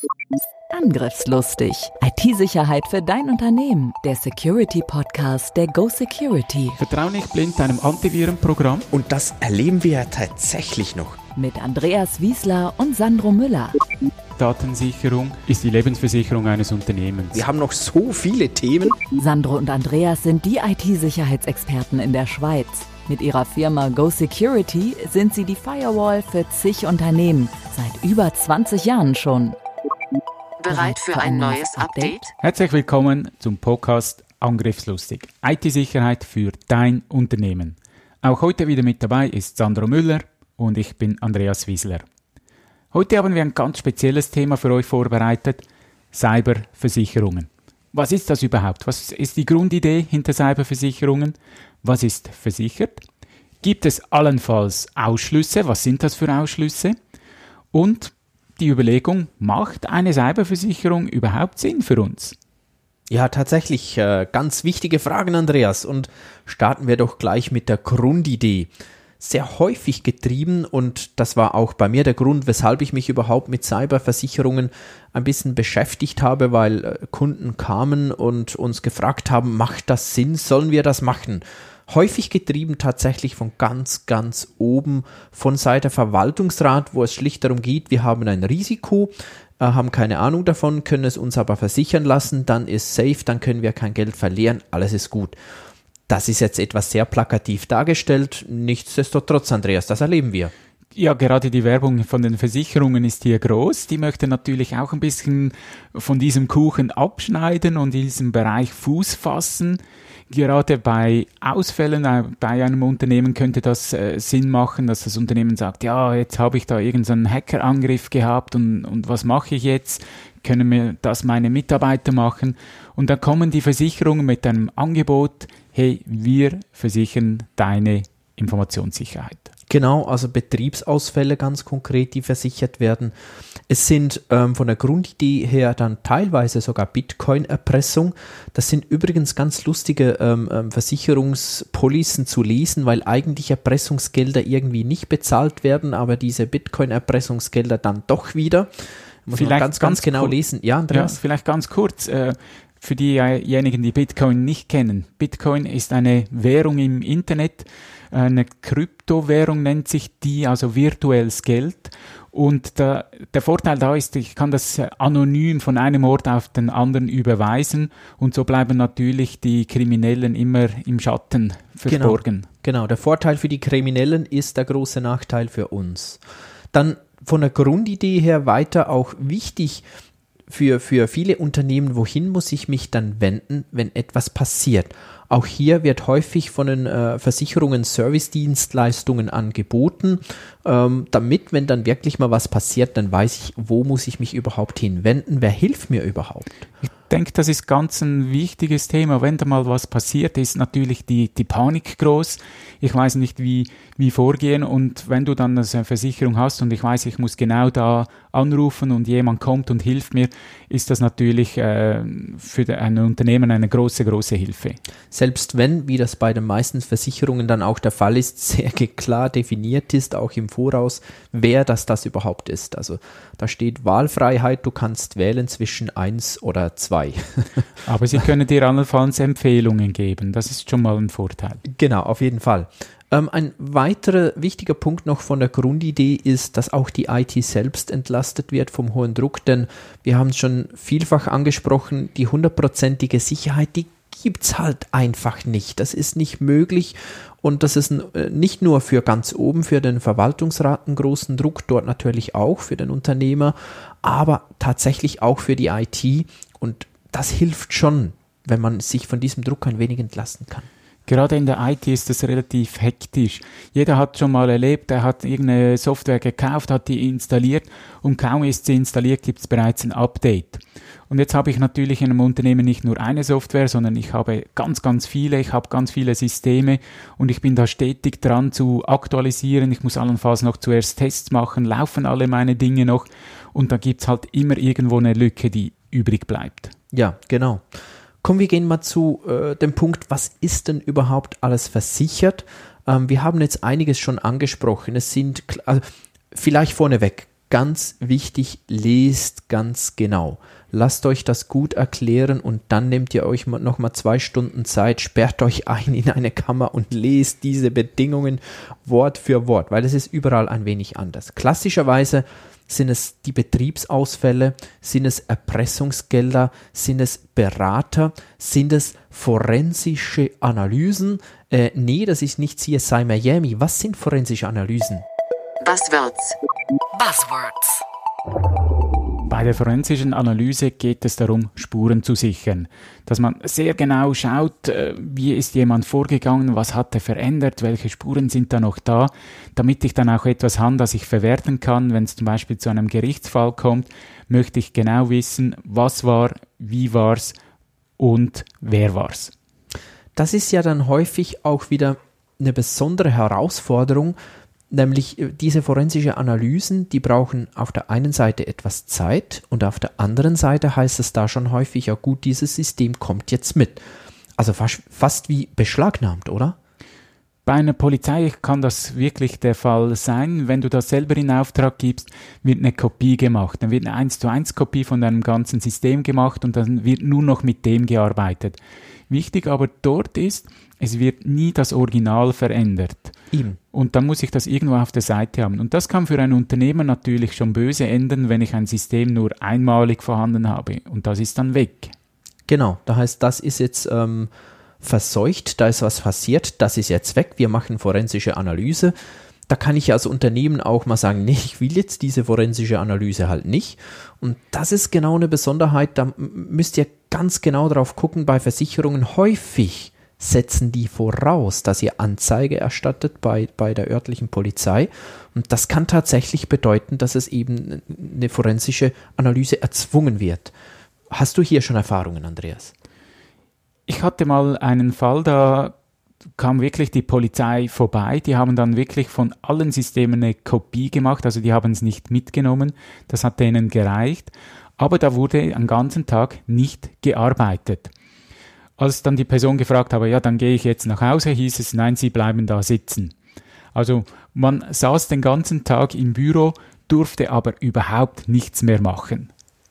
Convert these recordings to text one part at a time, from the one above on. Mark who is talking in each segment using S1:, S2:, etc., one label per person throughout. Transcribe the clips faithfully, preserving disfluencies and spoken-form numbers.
S1: Angriffslustig. I T-Sicherheit für dein Unternehmen. Der Security-Podcast der Go Security.
S2: Vertrau nicht blind deinem Antivirenprogramm.
S3: Und das erleben wir ja tatsächlich noch.
S1: Mit Andreas Wiesler und Sandro Müller.
S2: Datensicherung ist die Lebensversicherung eines Unternehmens.
S3: Wir haben noch so viele Themen.
S1: Sandro und Andreas sind die I T-Sicherheitsexperten in der Schweiz. Mit ihrer Firma Go Security sind sie die Firewall für zig Unternehmen. Seit über zwanzig Jahren schon.
S4: Bereit für ein neues Update?
S2: Herzlich willkommen zum Podcast Angriffslustig. I T-Sicherheit für dein Unternehmen. Auch heute wieder mit dabei ist Sandro Müller und ich bin Andreas Wiesler. Heute haben wir ein ganz spezielles Thema für euch vorbereitet: Cyberversicherungen. Was ist das überhaupt? Was ist die Grundidee hinter Cyberversicherungen? Was ist versichert? Gibt es allenfalls Ausschlüsse? Was sind das für Ausschlüsse? Und die Überlegung, macht eine Cyberversicherung überhaupt Sinn für uns?
S3: Ja, tatsächlich äh, ganz wichtige Fragen, Andreas. Und starten wir doch gleich mit der Grundidee. Sehr häufig getrieben, und das war auch bei mir der Grund, weshalb ich mich überhaupt mit Cyberversicherungen ein bisschen beschäftigt habe, weil äh, Kunden kamen und uns gefragt haben, macht das Sinn, sollen wir das machen? Häufig getrieben tatsächlich von ganz, ganz oben, von Seiten der Verwaltungsrat, wo es schlicht darum geht, wir haben ein Risiko, äh, haben keine Ahnung davon, können es uns aber versichern lassen, dann ist safe, dann können wir kein Geld verlieren, alles ist gut. Das ist jetzt etwas sehr plakativ dargestellt, nichtsdestotrotz, Andreas, das erleben wir.
S2: Ja, gerade die Werbung von den Versicherungen ist hier groß. Die möchte natürlich auch ein bisschen von diesem Kuchen abschneiden und in diesem Bereich Fuß fassen. Gerade bei Ausfällen äh, bei einem Unternehmen könnte das äh, Sinn machen, dass das Unternehmen sagt, ja, jetzt habe ich da irgendeinen Hackerangriff gehabt und, und was mache ich jetzt? Können mir das meine Mitarbeiter machen? Und dann kommen die Versicherungen mit einem Angebot, hey, wir versichern deine Informationssicherheit.
S3: Genau, also Betriebsausfälle ganz konkret, die versichert werden. Es sind ähm, von der Grundidee her dann teilweise sogar Bitcoin-Erpressung. Das sind übrigens ganz lustige ähm, ähm, Versicherungspolicen zu lesen, weil eigentlich Erpressungsgelder irgendwie nicht bezahlt werden, aber diese Bitcoin-Erpressungsgelder dann doch wieder. Muss
S2: vielleicht
S3: man ganz, ganz, ganz genau
S2: kur-
S3: lesen. Ja, Andreas?
S2: Ja, vielleicht ganz kurz. Äh, Für diejenigen, die Bitcoin nicht kennen. Bitcoin ist eine Währung im Internet, eine Kryptowährung nennt sich die, also virtuelles Geld. Und der, der Vorteil da ist, ich kann das anonym von einem Ort auf den anderen überweisen und so bleiben natürlich die Kriminellen immer im Schatten verborgen.
S3: Genau, genau. Der Vorteil für die Kriminellen ist der große Nachteil für uns. Dann von der Grundidee her weiter auch wichtig, Für, für viele Unternehmen, wohin muss ich mich dann wenden, wenn etwas passiert? Auch hier wird häufig von den äh, Versicherungen Service-Dienstleistungen angeboten, ähm, damit, wenn dann wirklich mal was passiert, dann weiß ich, wo muss ich mich überhaupt hinwenden, wer hilft mir überhaupt?
S2: Ich denke, das ist ganz ein wichtiges Thema. Wenn da mal was passiert, ist natürlich die, die Panik groß. Ich weiß nicht, wie, wie vorgehen, und wenn du dann eine Versicherung hast und ich weiß, ich muss genau da anrufen und jemand kommt und hilft mir, ist das natürlich äh, für ein Unternehmen eine große, große Hilfe.
S3: Selbst wenn, wie das bei den meisten Versicherungen dann auch der Fall ist, sehr klar definiert ist, auch im Voraus, wer das das überhaupt ist. Also da steht Wahlfreiheit, du kannst wählen zwischen eins oder zwei.
S2: Aber sie können dir allenfalls Empfehlungen geben, das ist schon mal ein Vorteil.
S3: Genau, auf jeden Fall. Ähm, ein weiterer wichtiger Punkt noch von der Grundidee ist, dass auch die I T selbst entlastet wird vom hohen Druck, denn wir haben es schon vielfach angesprochen, die hundertprozentige Sicherheit, die gibt es halt einfach nicht. Das ist nicht möglich, und das ist nicht nur für ganz oben, für den Verwaltungsrat einen großen Druck, dort natürlich auch für den Unternehmer, aber tatsächlich auch für die I T, und das hilft schon, wenn man sich von diesem Druck ein wenig entlasten kann.
S2: Gerade in der I T ist das relativ hektisch. Jeder hat schon mal erlebt, er hat irgendeine Software gekauft, hat die installiert und kaum ist sie installiert, gibt es bereits ein Update. Und jetzt habe ich natürlich in einem Unternehmen nicht nur eine Software, sondern ich habe ganz, ganz viele, ich habe ganz viele Systeme und ich bin da stetig dran zu aktualisieren. Ich muss allenfalls noch zuerst Tests machen, laufen alle meine Dinge noch, und da gibt es halt immer irgendwo eine Lücke, die übrig bleibt.
S3: Ja, genau. Kommen wir gehen mal zu äh, dem Punkt, was ist denn überhaupt alles versichert? Ähm, wir haben jetzt einiges schon angesprochen. Es sind, also vielleicht vorneweg, ganz wichtig, lest ganz genau. Lasst euch das gut erklären und dann nehmt ihr euch nochmal zwei Stunden Zeit, sperrt euch ein in eine Kammer und lest diese Bedingungen Wort für Wort, weil es ist überall ein wenig anders. Klassischerweise sind es die Betriebsausfälle, sind es Erpressungsgelder, sind es Berater, sind es forensische Analysen? Äh, nee, das ist nicht C S I Miami. Was sind forensische Analysen?
S4: Buzzwords. Buzzwords.
S2: Bei der forensischen Analyse geht es darum, Spuren zu sichern. Dass man sehr genau schaut, wie ist jemand vorgegangen, was hat er verändert, welche Spuren sind da noch da, damit ich dann auch etwas habe, das ich verwerten kann. Wenn es zum Beispiel zu einem Gerichtsfall kommt, möchte ich genau wissen, was war, wie war es und wer war es.
S3: Das ist ja dann häufig auch wieder eine besondere Herausforderung, nämlich diese forensische Analysen, die brauchen auf der einen Seite etwas Zeit und auf der anderen Seite heißt es da schon häufig, ja gut, dieses System kommt jetzt mit. Also fast, fast wie beschlagnahmt, oder?
S2: Bei einer Polizei kann das wirklich der Fall sein. Wenn du das selber in Auftrag gibst, wird eine Kopie gemacht. Dann wird eine eins zu eins Kopie von deinem ganzen System gemacht und dann wird nur noch mit dem gearbeitet. Wichtig aber dort ist, es wird nie das Original verändert.
S3: Eben.
S2: Und dann muss ich das irgendwo auf der Seite haben. Und das kann für ein Unternehmen natürlich schon böse enden, wenn ich ein System nur einmalig vorhanden habe. Und das ist dann weg.
S3: Genau, das heißt, das ist jetzt ähm, verseucht, da ist was passiert, das ist jetzt weg, wir machen forensische Analyse. Da kann ich als Unternehmen auch mal sagen, nee, ich will jetzt diese forensische Analyse halt nicht. Und das ist genau eine Besonderheit, da müsst ihr ganz genau drauf gucken, bei Versicherungen häufig setzen die voraus, dass ihr Anzeige erstattet bei, bei der örtlichen Polizei. Und das kann tatsächlich bedeuten, dass es eben eine forensische Analyse erzwungen wird. Hast du hier schon Erfahrungen, Andreas?
S2: Ich hatte mal einen Fall, da kam wirklich die Polizei vorbei. Die haben dann wirklich von allen Systemen eine Kopie gemacht, also die haben es nicht mitgenommen. Das hat denen gereicht. Aber da wurde einen ganzen Tag nicht gearbeitet. Als dann die Person gefragt habe, ja, dann gehe ich jetzt nach Hause, hieß es, nein, Sie bleiben da sitzen. Also man saß den ganzen Tag im Büro, durfte aber überhaupt nichts mehr machen.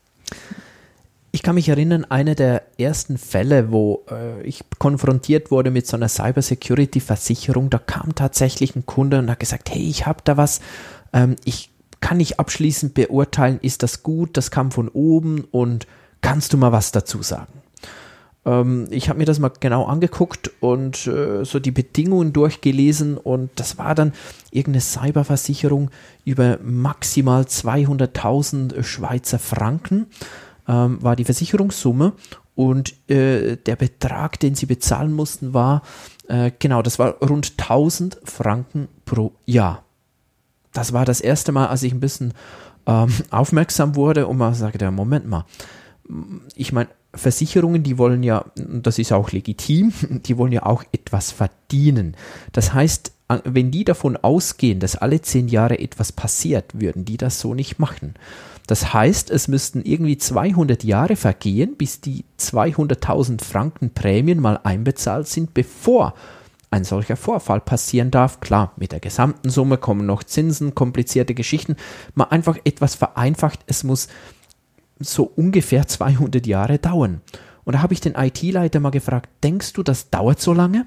S3: Ich kann mich erinnern, einer der ersten Fälle, wo äh, ich konfrontiert wurde mit so einer Cybersecurity-Versicherung, da kam tatsächlich ein Kunde und hat gesagt, hey, ich habe da was, ähm, ich kann nicht abschließend beurteilen, ist das gut, das kam von oben und kannst du mal was dazu sagen? Ähm, ich habe mir das mal genau angeguckt und äh, so die Bedingungen durchgelesen und das war dann irgendeine Cyberversicherung über maximal zweihunderttausend Schweizer Franken, ähm, war die Versicherungssumme und äh, der Betrag, den sie bezahlen mussten, war, äh, genau, das war rund tausend Franken pro Jahr. Das war das erste Mal, als ich ein bisschen ähm, aufmerksam wurde und mal sagte, Moment mal, ich meine, Versicherungen, die wollen ja, das ist auch legitim, die wollen ja auch etwas verdienen. Das heißt, wenn die davon ausgehen, dass alle zehn Jahre etwas passiert, würden die das so nicht machen. Das heißt, es müssten irgendwie zweihundert Jahre vergehen, bis die zweihunderttausend Franken Prämien mal einbezahlt sind, bevor ein solcher Vorfall passieren darf. Klar, mit der gesamten Summe kommen noch Zinsen, komplizierte Geschichten. Mal einfach etwas vereinfacht, es muss so ungefähr zweihundert Jahre dauern. Und da habe ich den I T-Leiter mal gefragt, denkst du, das dauert so lange?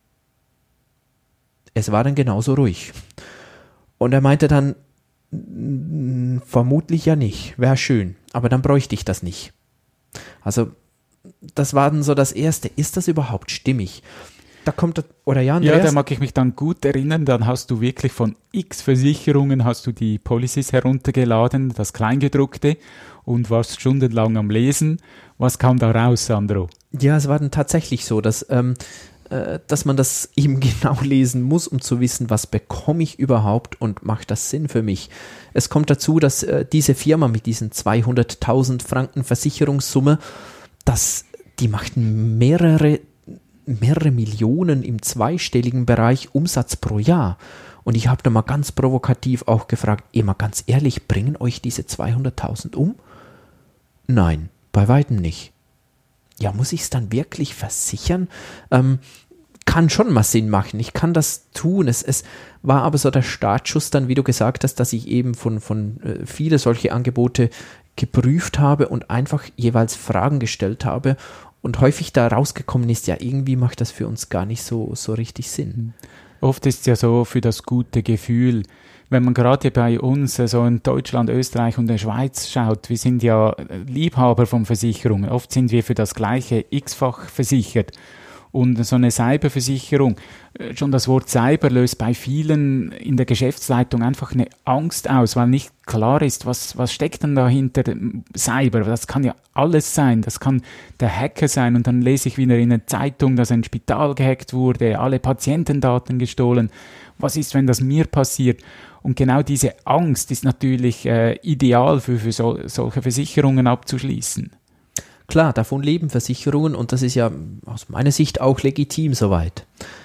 S3: Es war dann genauso ruhig. Und er meinte dann, vermutlich ja nicht, wäre schön, aber dann bräuchte ich das nicht. Also das war dann so das Erste, ist das überhaupt stimmig? Da kommt, oder ja, Andreas?
S2: Ja, da mag ich mich dann gut erinnern, dann hast du wirklich von x Versicherungen, hast du die Policies heruntergeladen, das Kleingedruckte und warst stundenlang am Lesen. Was kam da raus, Sandro?
S3: Ja, es war dann tatsächlich so, dass, ähm, äh, dass man das eben genau lesen muss, um zu wissen, was bekomme ich überhaupt und macht das Sinn für mich. Es kommt dazu, dass äh, diese Firma mit diesen zweihunderttausend Franken Versicherungssumme, dass die machten mehrere mehrere Millionen im zweistelligen Bereich Umsatz pro Jahr. Und ich habe da mal ganz provokativ auch gefragt, eh mal ganz ehrlich, bringen euch diese zweihunderttausend um? Nein, bei weitem nicht. Ja, muss ich es dann wirklich versichern? Ähm, kann schon mal Sinn machen, ich kann das tun. Es, es war aber so der Startschuss dann, wie du gesagt hast, dass ich eben von, von äh, viele solche Angebote geprüft habe und einfach jeweils Fragen gestellt habe und häufig da rausgekommen ist, ja, irgendwie macht das für uns gar nicht so, so richtig Sinn.
S2: Oft ist es ja so für das gute Gefühl, wenn man gerade bei uns so in Deutschland, Österreich und der Schweiz schaut, wir sind ja Liebhaber von Versicherungen, oft sind wir für das Gleiche x-fach versichert. Und so eine Cyberversicherung, schon das Wort Cyber löst bei vielen in der Geschäftsleitung einfach eine Angst aus, weil nicht klar ist, was, was steckt denn dahinter Cyber? Das kann ja alles sein, das kann der Hacker sein und dann lese ich wieder in der Zeitung, dass ein Spital gehackt wurde, alle Patientendaten gestohlen. Was ist, wenn das mir passiert? Und genau diese Angst ist natürlich äh, ideal für, für so, solche Versicherungen abzuschließen.
S3: Klar, davon leben Versicherungen und das ist ja aus meiner Sicht auch legitim soweit.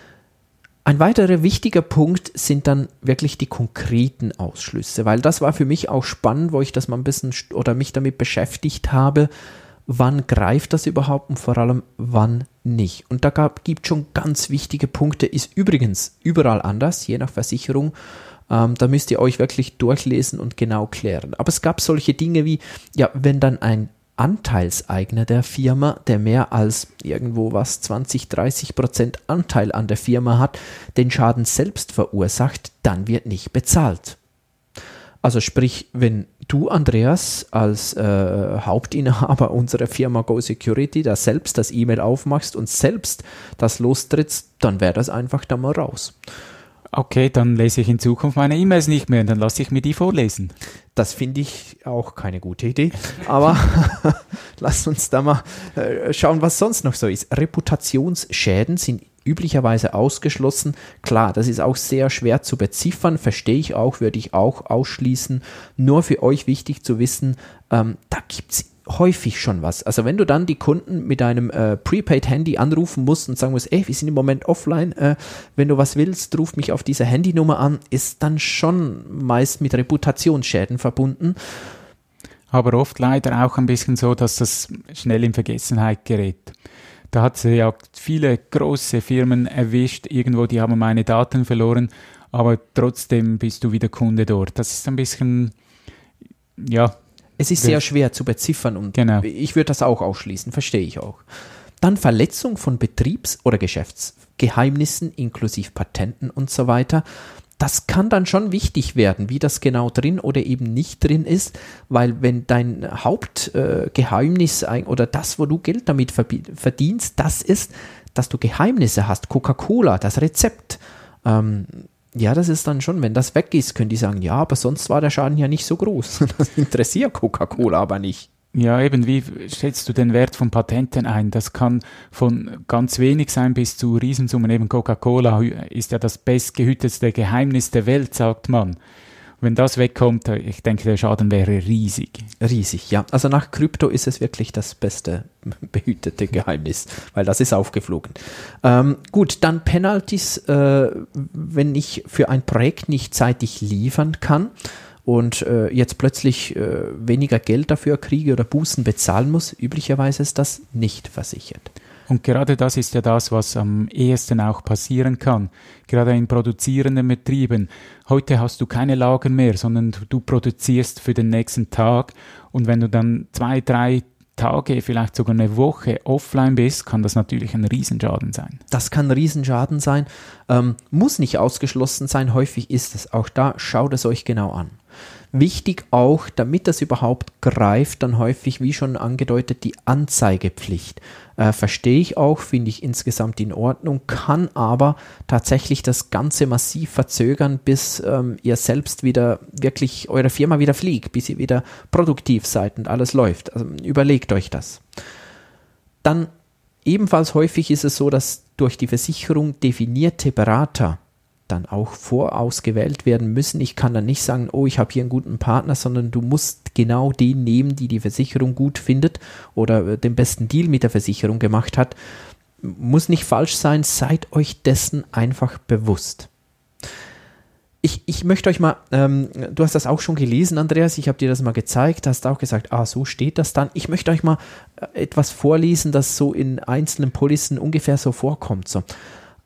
S3: Ein weiterer wichtiger Punkt sind dann wirklich die konkreten Ausschlüsse, weil das war für mich auch spannend, wo ich das mal ein bisschen oder mich damit beschäftigt habe, wann greift das überhaupt und vor allem wann nicht. Und da gab, gibt schon ganz wichtige Punkte, ist übrigens überall anders, je nach Versicherung. Ähm, da müsst ihr euch wirklich durchlesen und genau klären. Aber es gab solche Dinge wie, ja, wenn dann ein Anteilseigner der Firma, der mehr als irgendwo was zwanzig, dreißig Prozent Anteil an der Firma hat, den Schaden selbst verursacht, dann wird nicht bezahlt. Also sprich, wenn du, Andreas, als äh, Hauptinhaber unserer Firma GoSecurity da selbst das E-Mail aufmachst und selbst das lostrittst, dann wäre das einfach da mal raus.
S2: Okay, dann lese ich in Zukunft meine E-Mails nicht mehr und dann lasse ich mir die vorlesen.
S3: Das finde ich auch keine gute Idee, aber lass uns da mal äh, schauen, was sonst noch so ist. Reputationsschäden sind üblicherweise ausgeschlossen. Klar, das ist auch sehr schwer zu beziffern, verstehe ich auch, würde ich auch ausschließen. Nur für euch wichtig zu wissen, ähm, da gibt es häufig schon was. Also wenn du dann die Kunden mit einem äh, Prepaid-Handy anrufen musst und sagen musst, ey, wir sind im Moment offline, äh, wenn du was willst, ruf mich auf diese Handynummer an, ist dann schon meist mit Reputationsschäden verbunden.
S2: Aber oft leider auch ein bisschen so, dass das schnell in Vergessenheit gerät. Da hat sie ja viele große Firmen erwischt, irgendwo, die haben meine Daten verloren, aber trotzdem bist du wieder Kunde dort. Das ist ein bisschen, ja,
S3: es ist sehr schwer zu beziffern und
S2: genau.
S3: Ich würde das auch ausschließen, verstehe ich auch. Dann Verletzung von Betriebs- oder Geschäftsgeheimnissen inklusive Patenten und so weiter. Das kann dann schon wichtig werden, wie das genau drin oder eben nicht drin ist, weil wenn dein Hauptgeheimnis äh, oder das, wo du Geld damit verdienst, das ist, dass du Geheimnisse hast, Coca-Cola, das Rezept, ähm, ja, das ist dann schon, wenn das weg ist, können die sagen, ja, aber sonst war der Schaden ja nicht so groß. Das interessiert Coca-Cola aber nicht.
S2: Ja, eben, wie schätzt du den Wert von Patenten ein? Das kann von ganz wenig sein bis zu Riesensummen. Eben Coca-Cola ist ja das bestgehütetste Geheimnis der Welt, sagt man. Wenn das wegkommt, ich denke, der Schaden wäre riesig.
S3: Riesig, ja. Also nach Krypto ist es wirklich das beste behütete Geheimnis, weil das ist aufgeflogen. Ähm, gut, dann Penalties, äh, wenn ich für ein Projekt nicht zeitig liefern kann und äh, jetzt plötzlich äh, weniger Geld dafür kriege oder Bußen bezahlen muss, üblicherweise ist das nicht versichert.
S2: Und gerade das ist ja das, was am ehesten auch passieren kann. Gerade in produzierenden Betrieben. Heute hast du keine Lager mehr, sondern du, du produzierst für den nächsten Tag. Und wenn du dann zwei, drei Tage, vielleicht sogar eine Woche offline bist, kann das natürlich ein Riesenschaden sein.
S3: Das kann ein Riesenschaden sein. Ähm, muss nicht ausgeschlossen sein. Häufig ist es. Auch da schaut es euch genau an. Wichtig auch, damit das überhaupt greift, dann häufig, wie schon angedeutet, die Anzeigepflicht. Äh, verstehe ich auch, finde ich insgesamt in Ordnung, kann aber tatsächlich das Ganze massiv verzögern, bis ähm, ihr selbst wieder wirklich, eure Firma wieder fliegt, bis ihr wieder produktiv seid und alles läuft. Also überlegt euch das. Dann ebenfalls häufig ist es so, dass durch die Versicherung definierte Berater dann auch vorausgewählt werden müssen. Ich kann dann nicht sagen, oh, ich habe hier einen guten Partner, sondern du musst genau den nehmen, die die Versicherung gut findet oder den besten Deal mit der Versicherung gemacht hat. Muss nicht falsch sein, seid euch dessen einfach bewusst. Ich, ich möchte euch mal, ähm, du hast das auch schon gelesen, Andreas, ich habe dir das mal gezeigt, hast auch gesagt, ah, so steht das dann. Ich möchte euch mal etwas vorlesen, das so in einzelnen Policen ungefähr so vorkommt. So.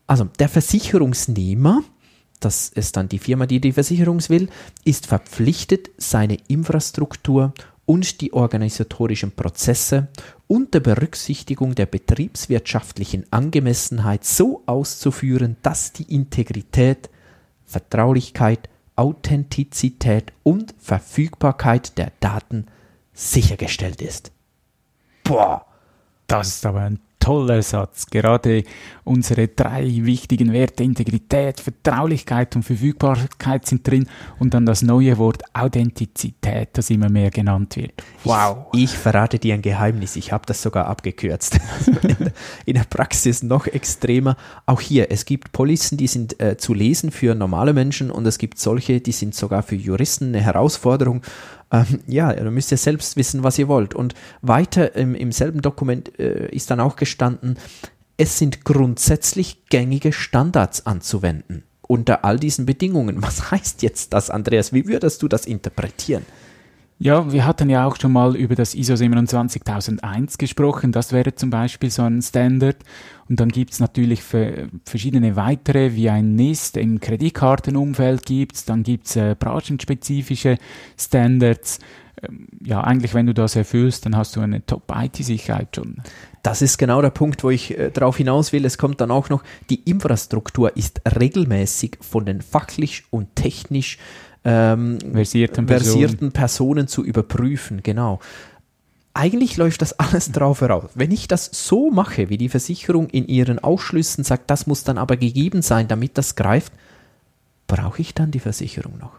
S3: Also der Versicherungsnehmer, das ist dann die Firma, die die Versicherung will, ist verpflichtet, seine Infrastruktur und die organisatorischen Prozesse unter Berücksichtigung der betriebswirtschaftlichen Angemessenheit so auszuführen, dass die Integrität, Vertraulichkeit, Authentizität und Verfügbarkeit der Daten sichergestellt ist. Boah!
S2: Das ist aber ein toller Satz. Gerade unsere drei wichtigen Werte Integrität, Vertraulichkeit und Verfügbarkeit sind drin und dann das neue Wort Authentizität, das immer mehr genannt wird.
S3: Wow. Ich, ich verrate dir ein Geheimnis. Ich habe das sogar abgekürzt. in, der, in der Praxis noch extremer. Auch hier, es gibt Policen, die sind äh, zu lesen für normale Menschen und es gibt solche, die sind sogar für Juristen eine Herausforderung. Ähm, ja, ihr müsst ja selbst wissen, was ihr wollt. Und weiter im, im selben Dokument äh, ist dann auch gestanden, es sind grundsätzlich gängige Standards anzuwenden unter all diesen Bedingungen. Was heißt jetzt das, Andreas? Wie würdest du das interpretieren?
S2: Ja, wir hatten ja auch schon mal über das I S O siebenundzwanzigtausendeins gesprochen. Das wäre zum Beispiel so ein Standard. Und dann gibt es natürlich verschiedene weitere, wie ein N I S T im Kreditkartenumfeld gibt es. Dann gibt es äh, branchenspezifische Standards. Ähm, ja, eigentlich, wenn du das erfüllst, dann hast du eine Top-I T-Sicherheit schon.
S3: Das ist genau der Punkt, wo ich äh, darauf hinaus will. Es kommt dann auch noch, die Infrastruktur ist regelmäßig von den fachlich und technisch Ähm,
S2: versierten,
S3: versierten Personen. Personen zu überprüfen, genau. Eigentlich läuft das alles drauf heraus. Wenn ich das so mache, wie die Versicherung in ihren Ausschlüssen sagt, das muss dann aber gegeben sein, damit das greift, brauche ich dann die Versicherung noch?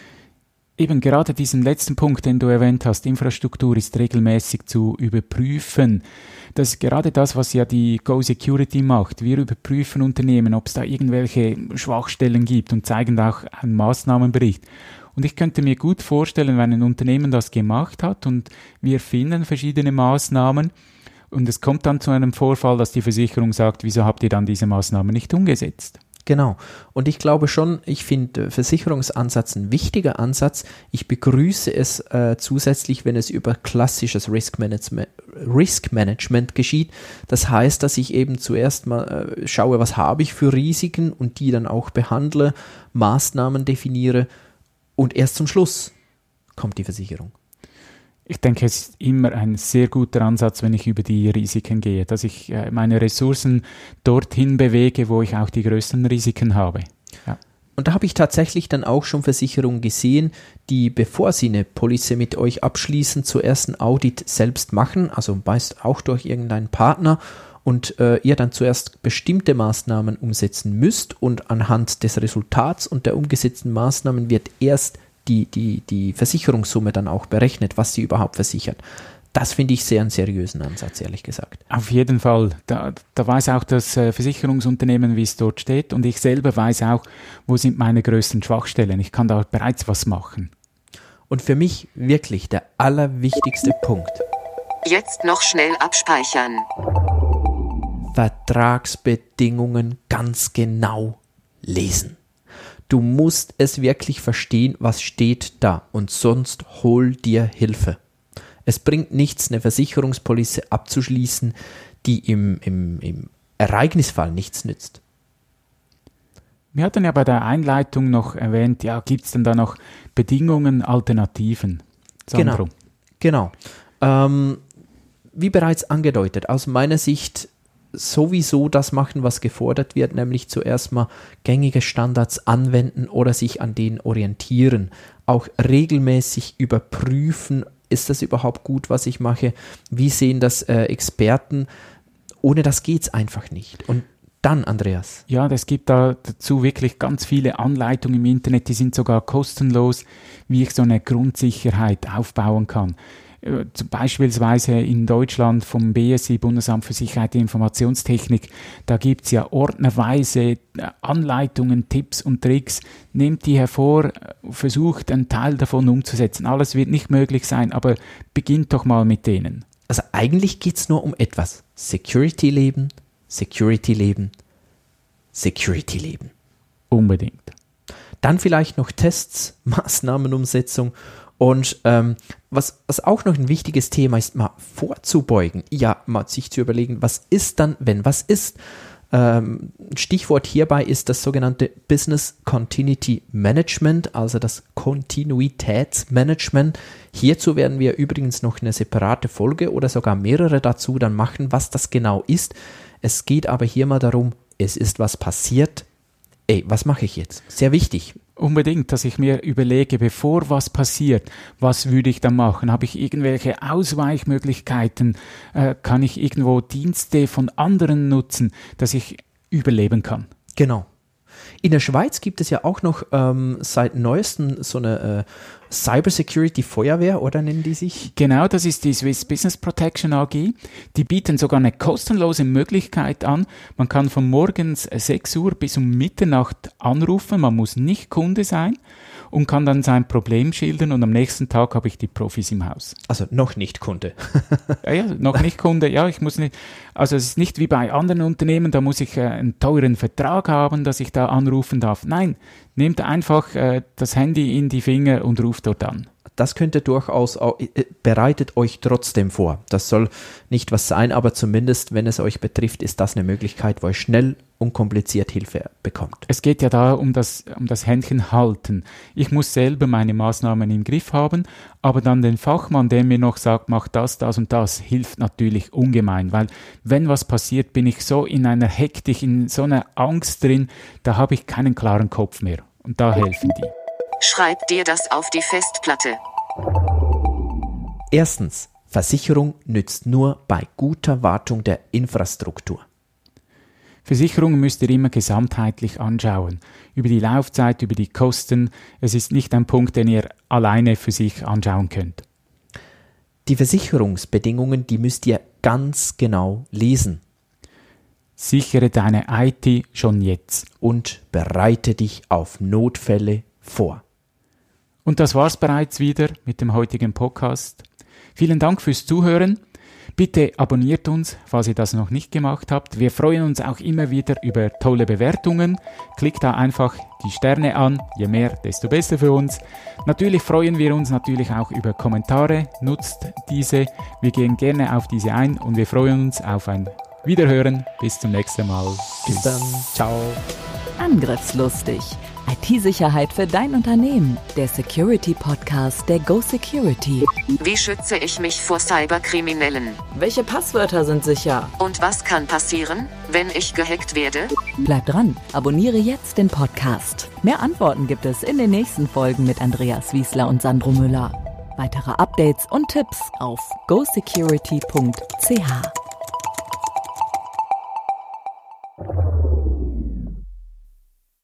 S2: Eben gerade diesen letzten Punkt, den du erwähnt hast, Infrastruktur ist regelmäßig zu überprüfen. Das ist gerade das, was ja die Go Security macht. Wir überprüfen Unternehmen, ob es da irgendwelche Schwachstellen gibt und zeigen auch einen Maßnahmenbericht. Und ich könnte mir gut vorstellen, wenn ein Unternehmen das gemacht hat und wir finden verschiedene Maßnahmen und es kommt dann zu einem Vorfall, dass die Versicherung sagt, wieso habt ihr dann diese Maßnahmen nicht umgesetzt?
S3: Genau. Und ich glaube schon, ich finde Versicherungsansatz ein wichtiger Ansatz. Ich begrüße es äh, zusätzlich, wenn es über klassisches Risk Management, Risk Management geschieht. Das heißt, dass ich eben zuerst mal äh, schaue, was habe ich für Risiken und die dann auch behandle, Maßnahmen definiere und erst zum Schluss kommt die Versicherung.
S2: Ich denke, es ist immer ein sehr guter Ansatz, wenn ich über die Risiken gehe, dass ich äh, meine Ressourcen dorthin bewege, wo ich auch die größten Risiken habe. Ja.
S3: Und da habe ich tatsächlich dann auch schon Versicherungen gesehen, die, bevor sie eine Police mit euch abschließen, zuerst ein Audit selbst machen, also meist auch durch irgendeinen Partner und äh, ihr dann zuerst bestimmte Maßnahmen umsetzen müsst und anhand des Resultats und der umgesetzten Maßnahmen wird erst Die, die, die Versicherungssumme dann auch berechnet, was sie überhaupt versichert. Das finde ich sehr einen seriösen Ansatz, ehrlich gesagt.
S2: Auf jeden Fall. Da, da weiß auch das äh, Versicherungsunternehmen, wie es dort steht und ich selber weiß auch, wo sind meine größten Schwachstellen. Ich kann da bereits was machen.
S3: Und für mich wirklich der allerwichtigste Punkt.
S4: Jetzt noch schnell abspeichern.
S3: Vertragsbedingungen ganz genau lesen. Du musst es wirklich verstehen, was steht da und sonst hol dir Hilfe. Es bringt nichts, eine Versicherungspolice abzuschließen, die im, im, im Ereignisfall nichts nützt.
S2: Wir hatten ja bei der Einleitung noch erwähnt, ja, gibt es denn da noch Bedingungen, Alternativen? Sandro.
S3: Genau. genau. Ähm, wie bereits angedeutet, aus meiner Sicht sowieso das machen, was gefordert wird, nämlich zuerst mal gängige Standards anwenden oder sich an denen orientieren. Auch regelmäßig überprüfen, ist das überhaupt gut, was ich mache? Wie sehen das äh, Experten? Ohne das geht es einfach nicht. Und dann, Andreas?
S2: Ja, es gibt da dazu wirklich ganz viele Anleitungen im Internet, die sind sogar kostenlos, wie ich so eine Grundsicherheit aufbauen kann. Beispielsweise in Deutschland vom B S I, Bundesamt für Sicherheit und Informationstechnik, da gibt es ja ordnerweise Anleitungen, Tipps und Tricks. Nehmt die hervor, versucht einen Teil davon umzusetzen. Alles wird nicht möglich sein, aber beginnt doch mal mit denen.
S3: Also eigentlich geht es nur um etwas. Security leben, Security leben, Security leben.
S2: Unbedingt.
S3: Dann vielleicht noch Tests, Maßnahmenumsetzung. Und ähm, was, was auch noch ein wichtiges Thema ist, mal vorzubeugen, ja, mal sich zu überlegen, was ist dann, wenn was ist. Ähm, Stichwort hierbei ist das sogenannte Business Continuity Management, also das Kontinuitätsmanagement. Hierzu werden wir übrigens noch eine separate Folge oder sogar mehrere dazu dann machen, was das genau ist. Es geht aber hier mal darum, es ist was passiert. Ey, was mache ich jetzt? Sehr wichtig.
S2: Unbedingt, dass ich mir überlege, bevor was passiert, was würde ich dann machen? Habe ich irgendwelche Ausweichmöglichkeiten? Äh, kann ich irgendwo Dienste von anderen nutzen, dass ich überleben kann?
S3: Genau. In der Schweiz gibt es ja auch noch ähm, seit neuestem so eine äh, Cybersecurity Feuerwehr, oder nennen die sich?
S2: Genau, das ist die Swiss Business Protection A G. Die bieten sogar eine kostenlose Möglichkeit an. Man kann von morgens sechs Uhr bis um Mitternacht anrufen, man muss nicht Kunde sein und kann dann sein Problem schildern und am nächsten Tag habe ich die Profis im Haus.
S3: Also noch nicht Kunde.
S2: ja, ja, noch nicht Kunde, ja, ich muss nicht, also es ist nicht wie bei anderen Unternehmen, da muss ich äh, einen teuren Vertrag haben, dass ich da anrufen darf. Nein, nehmt einfach äh, das Handy in die Finger und ruft dort an.
S3: Das könnte durchaus, auch, äh, bereitet euch trotzdem vor. Das soll nicht was sein, aber zumindest, wenn es euch betrifft, ist das eine Möglichkeit, wo ihr schnell, unkompliziert Hilfe bekommt.
S2: Es geht ja da um das, um das Händchen halten. Ich muss selber meine Maßnahmen im Griff haben, aber dann den Fachmann, der mir noch sagt, mach das, das und das, hilft natürlich ungemein, weil wenn was passiert, bin ich so in einer Hektik, in so einer Angst drin, da habe ich keinen klaren Kopf mehr und da helfen die.
S4: Schreib dir das auf die Festplatte.
S3: Erstens, Versicherung nützt nur bei guter Wartung der Infrastruktur.
S2: Versicherungen müsst ihr immer gesamtheitlich anschauen. Über die Laufzeit, über die Kosten. Es ist nicht ein Punkt, den ihr alleine für sich anschauen könnt.
S3: Die Versicherungsbedingungen, die müsst ihr ganz genau lesen.
S2: Sichere deine I T schon jetzt.
S3: Und bereite dich auf Notfälle vor.
S2: Und das war's bereits wieder mit dem heutigen Podcast. Vielen Dank fürs Zuhören. Bitte abonniert uns, falls ihr das noch nicht gemacht habt. Wir freuen uns auch immer wieder über tolle Bewertungen. Klickt da einfach die Sterne an. Je mehr, desto besser für uns. Natürlich freuen wir uns natürlich auch über Kommentare. Nutzt diese. Wir gehen gerne auf diese ein und wir freuen uns auf ein Wiederhören. Bis zum nächsten Mal.
S3: Bis dann. Ciao.
S1: Angriffslustig. I T-Sicherheit für dein Unternehmen. Der Security-Podcast der Go Security.
S4: Wie schütze ich mich vor Cyberkriminellen?
S1: Welche Passwörter sind sicher?
S4: Und was kann passieren, wenn ich gehackt werde?
S1: Bleib dran, abonniere jetzt den Podcast. Mehr Antworten gibt es in den nächsten Folgen mit Andreas Wiesler und Sandro Müller. Weitere Updates und Tipps auf go security punkt c h.